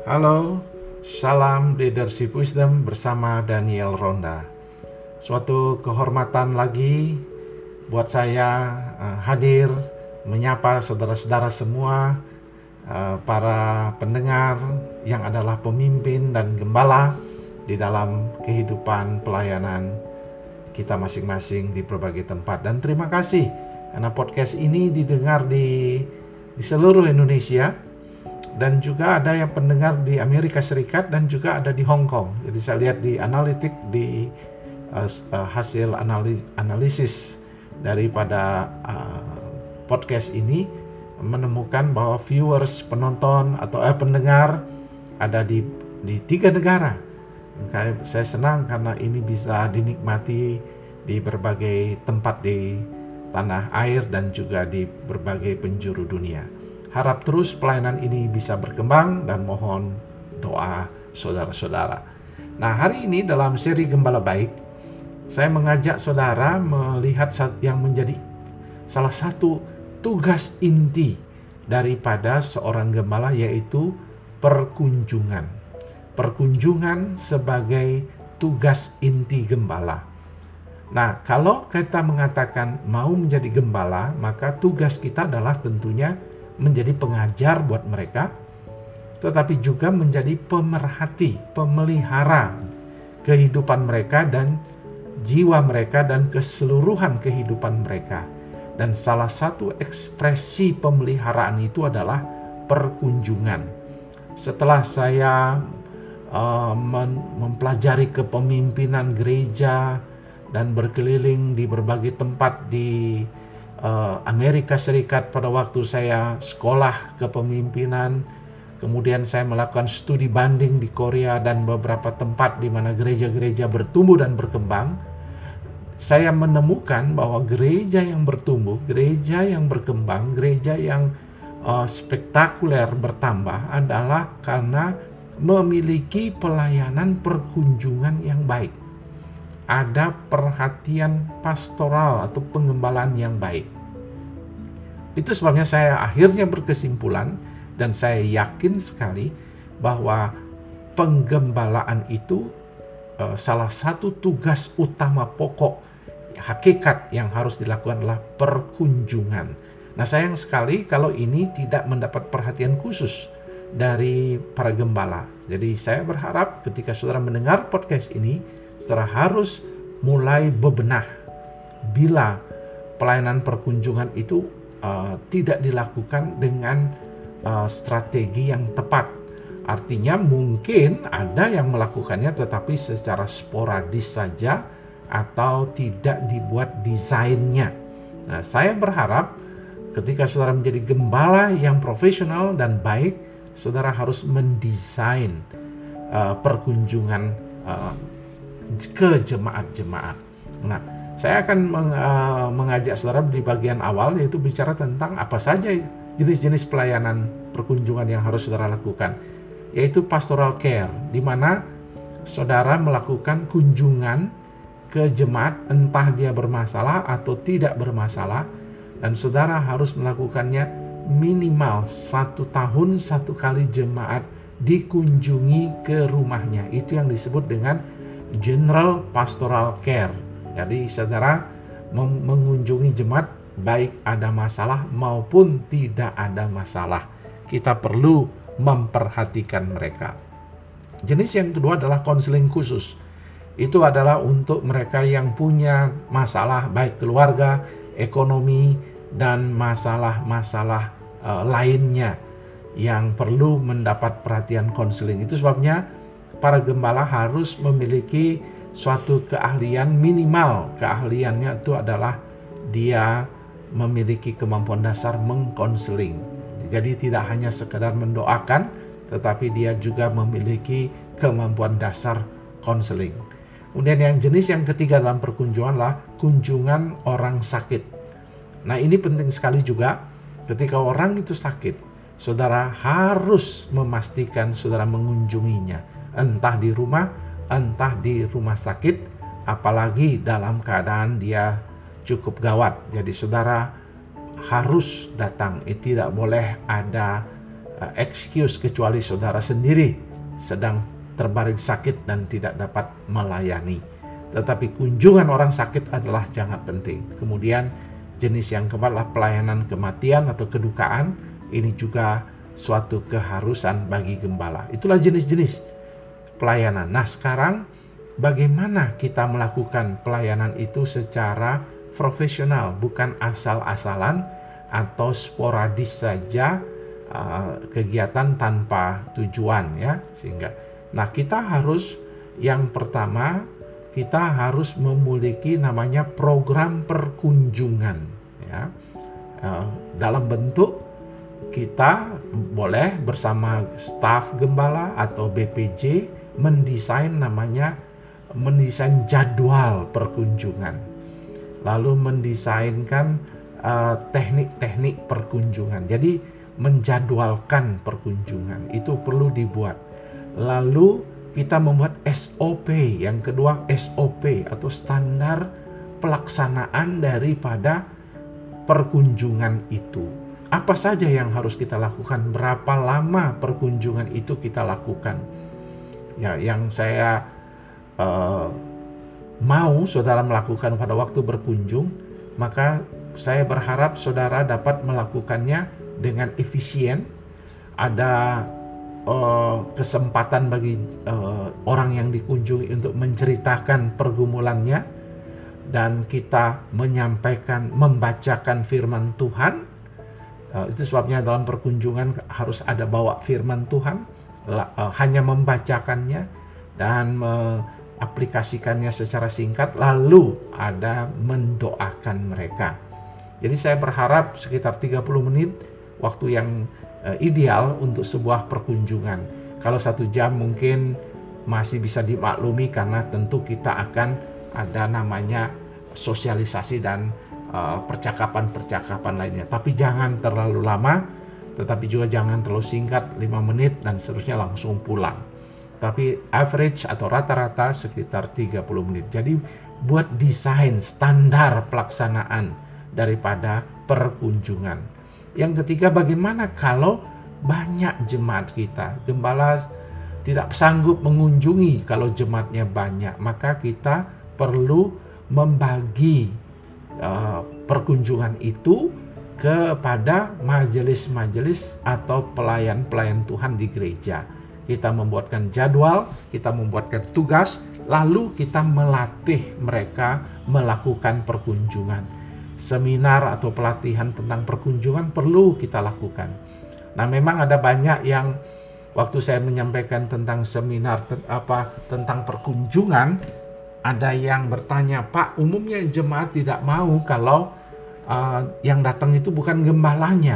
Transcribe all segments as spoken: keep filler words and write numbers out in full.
Halo, salam leadership wisdom bersama Daniel Ronda. Suatu kehormatan lagi buat saya uh, hadir menyapa saudara-saudara semua, uh, para pendengar yang adalah pemimpin dan gembala di dalam kehidupan pelayanan kita masing-masing di berbagai tempat. Dan terima kasih karena podcast ini didengar di, di seluruh Indonesia. Dan juga ada yang pendengar di Amerika Serikat dan juga ada di Hong Kong. Jadi saya lihat di analitik, di uh, uh, hasil anali- analisis daripada uh, podcast ini menemukan bahwa viewers, penonton atau eh, pendengar ada di di tiga negara. Saya senang karena ini bisa dinikmati di berbagai tempat di tanah air dan juga di berbagai penjuru dunia. Harap terus pelayanan ini bisa berkembang dan mohon doa saudara-saudara. Nah, hari ini dalam seri Gembala Baik, saya mengajak saudara melihat yang menjadi salah satu tugas inti daripada seorang gembala, yaitu perkunjungan. Perkunjungan sebagai tugas inti gembala. Nah, kalau kita mengatakan mau menjadi gembala, maka tugas kita adalah tentunya menjadi pengajar buat mereka, tetapi juga menjadi pemerhati, pemelihara kehidupan mereka dan jiwa mereka dan keseluruhan kehidupan mereka. Dan salah satu ekspresi pemeliharaan itu adalah perkunjungan. Setelah saya uh, mempelajari kepemimpinan gereja dan berkeliling di berbagai tempat di Amerika Serikat pada waktu saya sekolah kepemimpinan, kemudian saya melakukan studi banding di Korea dan beberapa tempat di mana gereja-gereja bertumbuh dan berkembang. Saya menemukan bahwa gereja yang bertumbuh, gereja yang berkembang, gereja yang uh, spektakuler bertambah adalah karena memiliki pelayanan perkunjungan yang baik. Ada perhatian pastoral atau pengembalaan yang baik. Itu sebabnya saya akhirnya berkesimpulan dan saya yakin sekali bahwa penggembalaan itu uh, salah satu tugas utama pokok hakikat yang harus dilakukan adalah perkunjungan. Nah, sayang sekali kalau ini tidak mendapat perhatian khusus dari para gembala. Jadi saya berharap ketika saudara mendengar podcast ini, saudara harus mulai bebenah bila pelayanan perkunjungan itu uh, tidak dilakukan dengan uh, strategi yang tepat. Artinya mungkin ada yang melakukannya tetapi secara sporadis saja atau tidak dibuat desainnya. Nah, saya berharap ketika saudara menjadi gembala yang profesional dan baik, saudara harus mendesain uh, perkunjungan uh, ke jemaat-jemaat. Nah, saya akan meng, uh, mengajak saudara di bagian awal, yaitu bicara tentang apa saja jenis-jenis pelayanan perkunjungan yang harus saudara lakukan, yaitu pastoral care, di mana saudara melakukan kunjungan ke jemaat entah dia bermasalah atau tidak bermasalah, dan saudara harus melakukannya minimal satu tahun satu kali jemaat dikunjungi ke rumahnya. Itu yang disebut dengan General Pastoral Care. Jadi saudara mengunjungi jemaat baik ada masalah maupun tidak ada masalah. Kita perlu memperhatikan mereka. Jenis yang kedua adalah konseling khusus. Itu adalah untuk mereka yang punya masalah baik keluarga, ekonomi, dan masalah-masalah uh, lainnya yang perlu mendapat perhatian konseling. Itu sebabnya para gembala harus memiliki suatu keahlian, minimal keahliannya itu adalah dia memiliki kemampuan dasar mengkonseling. Jadi tidak hanya sekedar mendoakan, tetapi dia juga memiliki kemampuan dasar konseling. Kemudian yang jenis yang ketiga dalam perkunjungan adalah kunjungan orang sakit. Nah, ini penting sekali juga. Ketika orang itu sakit, saudara harus memastikan saudara mengunjunginya, entah di rumah, entah di rumah sakit, apalagi dalam keadaan dia cukup gawat. Jadi saudara harus datang, eh, tidak boleh ada uh, excuse kecuali saudara sendiri sedang terbaring sakit dan tidak dapat melayani. Tetapi kunjungan orang sakit adalah sangat penting. Kemudian jenis yang keempat adalah pelayanan kematian atau kedukaan. Ini juga suatu keharusan bagi gembala. Itulah jenis-jenis pelayanan. Nah, sekarang bagaimana kita melakukan pelayanan itu secara profesional, bukan asal-asalan atau sporadis saja, uh, kegiatan tanpa tujuan ya. Sehingga nah, kita harus yang pertama kita harus memiliki namanya program perkunjungan ya. Uh, dalam bentuk kita boleh bersama staf gembala atau B P J mendesain namanya mendesain jadwal perkunjungan, lalu mendesainkan uh, teknik-teknik perkunjungan. Jadi menjadwalkan perkunjungan itu perlu dibuat. Lalu kita membuat S O P. Yang kedua S O P atau standar pelaksanaan daripada perkunjungan itu. Apa saja yang harus kita lakukan? Berapa lama perkunjungan itu kita lakukan? Ya, yang saya uh, mau saudara melakukan pada waktu berkunjung, maka saya berharap saudara dapat melakukannya dengan efisien. Ada uh, kesempatan bagi uh, orang yang dikunjungi untuk menceritakan pergumulannya, dan kita menyampaikan, membacakan firman Tuhan. Uh, itu sebabnya dalam perkunjungan harus ada bawa firman Tuhan, la, uh, hanya membacakannya dan mengaplikasikannya secara singkat, lalu ada mendoakan mereka. Jadi saya berharap sekitar tiga puluh menit waktu yang uh, ideal untuk sebuah perkunjungan. Kalau satu jam mungkin masih bisa dimaklumi karena tentu kita akan ada namanya sosialisasi dan Uh, percakapan-percakapan lainnya. Tapi jangan terlalu lama, tetapi juga jangan terlalu singkat, lima menit dan seterusnya langsung pulang. Tapi average atau rata-rata sekitar tiga puluh menit. Jadi buat desain standar pelaksanaan daripada perkunjungan. Yang ketiga, bagaimana kalau banyak jemaat kita? Gembala tidak sanggup mengunjungi kalau jemaatnya banyak, maka kita perlu membagi Uh, perkunjungan itu kepada majelis-majelis atau pelayan-pelayan Tuhan di gereja. Kita membuatkan jadwal, kita membuatkan tugas, lalu kita melatih mereka melakukan perkunjungan. Seminar atau pelatihan tentang perkunjungan perlu kita lakukan. Nah, memang ada banyak yang waktu saya menyampaikan tentang seminar te- apa tentang perkunjungan, ada yang bertanya, Pak, umumnya jemaat tidak mau kalau uh, yang datang itu bukan gembalanya.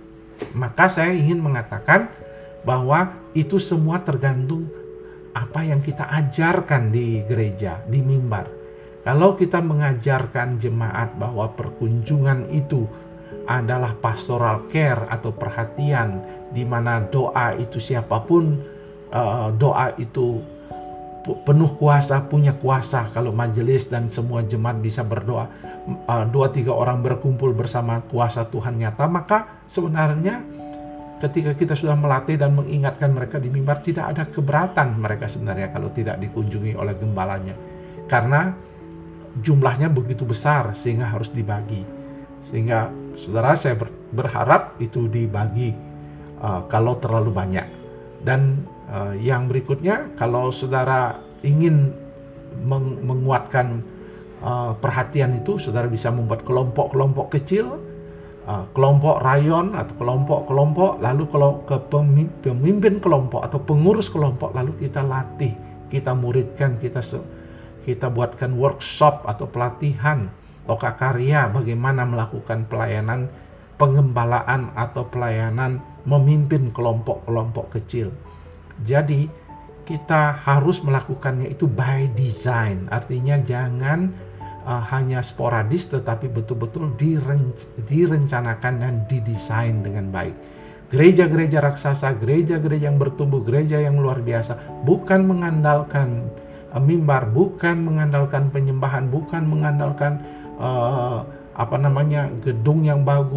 Maka saya ingin mengatakan bahwa itu semua tergantung apa yang kita ajarkan di gereja, di mimbar. Kalau kita mengajarkan jemaat bahwa perkunjungan itu adalah pastoral care atau perhatian, di mana doa itu siapapun, uh, doa itu penuh kuasa, punya kuasa. Kalau majelis dan semua jemaat bisa berdoa, uh, dua tiga orang berkumpul bersama, kuasa Tuhan nyata, maka sebenarnya ketika kita sudah melatih dan mengingatkan mereka di mimbar, tidak ada keberatan mereka sebenarnya kalau tidak dikunjungi oleh gembalanya, karena jumlahnya begitu besar sehingga harus dibagi. Sehingga saudara, saya ber, berharap itu dibagi uh, kalau terlalu banyak. Dan Uh, yang berikutnya, kalau saudara ingin meng- menguatkan uh, perhatian itu, saudara bisa membuat kelompok-kelompok kecil, uh, kelompok rayon atau kelompok-kelompok, lalu kalau ke pemimpin kelompok atau pengurus kelompok, lalu kita latih, kita muridkan, kita se- kita buatkan workshop atau pelatihan loka karya bagaimana melakukan pelayanan pengembalaan atau pelayanan memimpin kelompok-kelompok kecil. Jadi kita harus melakukannya itu by design, artinya jangan uh, hanya sporadis, tetapi betul-betul diren- direncanakan dan didesain dengan baik. Gereja-gereja raksasa, gereja-gereja yang bertumbuh, gereja yang luar biasa, bukan mengandalkan uh, mimbar, bukan mengandalkan penyembahan, bukan mengandalkan uh, apa namanya gedung yang bagus,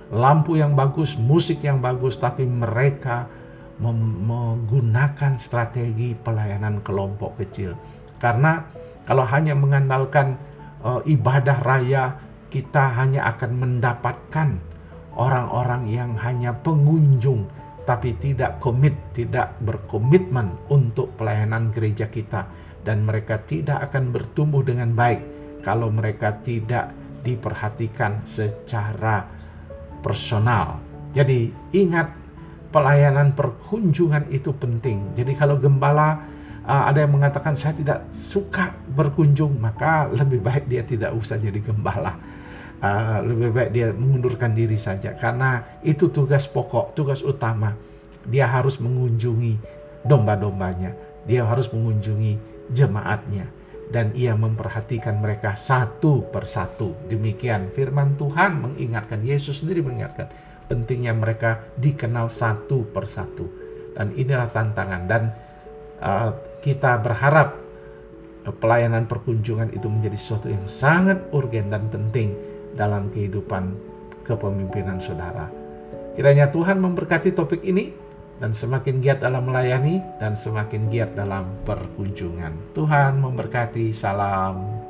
lampu yang bagus, musik yang bagus, tapi mereka menggunakan strategi pelayanan kelompok kecil. Karena kalau hanya mengandalkan uh, ibadah raya, kita hanya akan mendapatkan orang-orang yang hanya pengunjung, tapi tidak komit, tidak berkomitmen untuk pelayanan gereja kita. Dan mereka tidak akan bertumbuh dengan baik kalau mereka tidak diperhatikan secara personal. Jadi ingat, pelayanan perkunjungan itu penting. Jadi kalau gembala uh, ada yang mengatakan saya tidak suka berkunjung, maka lebih baik dia tidak usah jadi gembala. Uh, lebih baik dia mengundurkan diri saja, karena itu tugas pokok, tugas utama. Dia harus mengunjungi domba-dombanya, dia harus mengunjungi jemaatnya, dan ia memperhatikan mereka satu persatu. Demikian firman Tuhan mengingatkan, Yesus sendiri mengingatkan pentingnya mereka dikenal satu persatu. Dan inilah tantangan, dan uh, kita berharap uh, pelayanan perkunjungan itu menjadi sesuatu yang sangat urgen dan penting dalam kehidupan kepemimpinan saudara. Kiranya Tuhan memberkati topik ini, dan semakin giat dalam melayani, dan semakin giat dalam perkunjungan. Tuhan memberkati. Salam.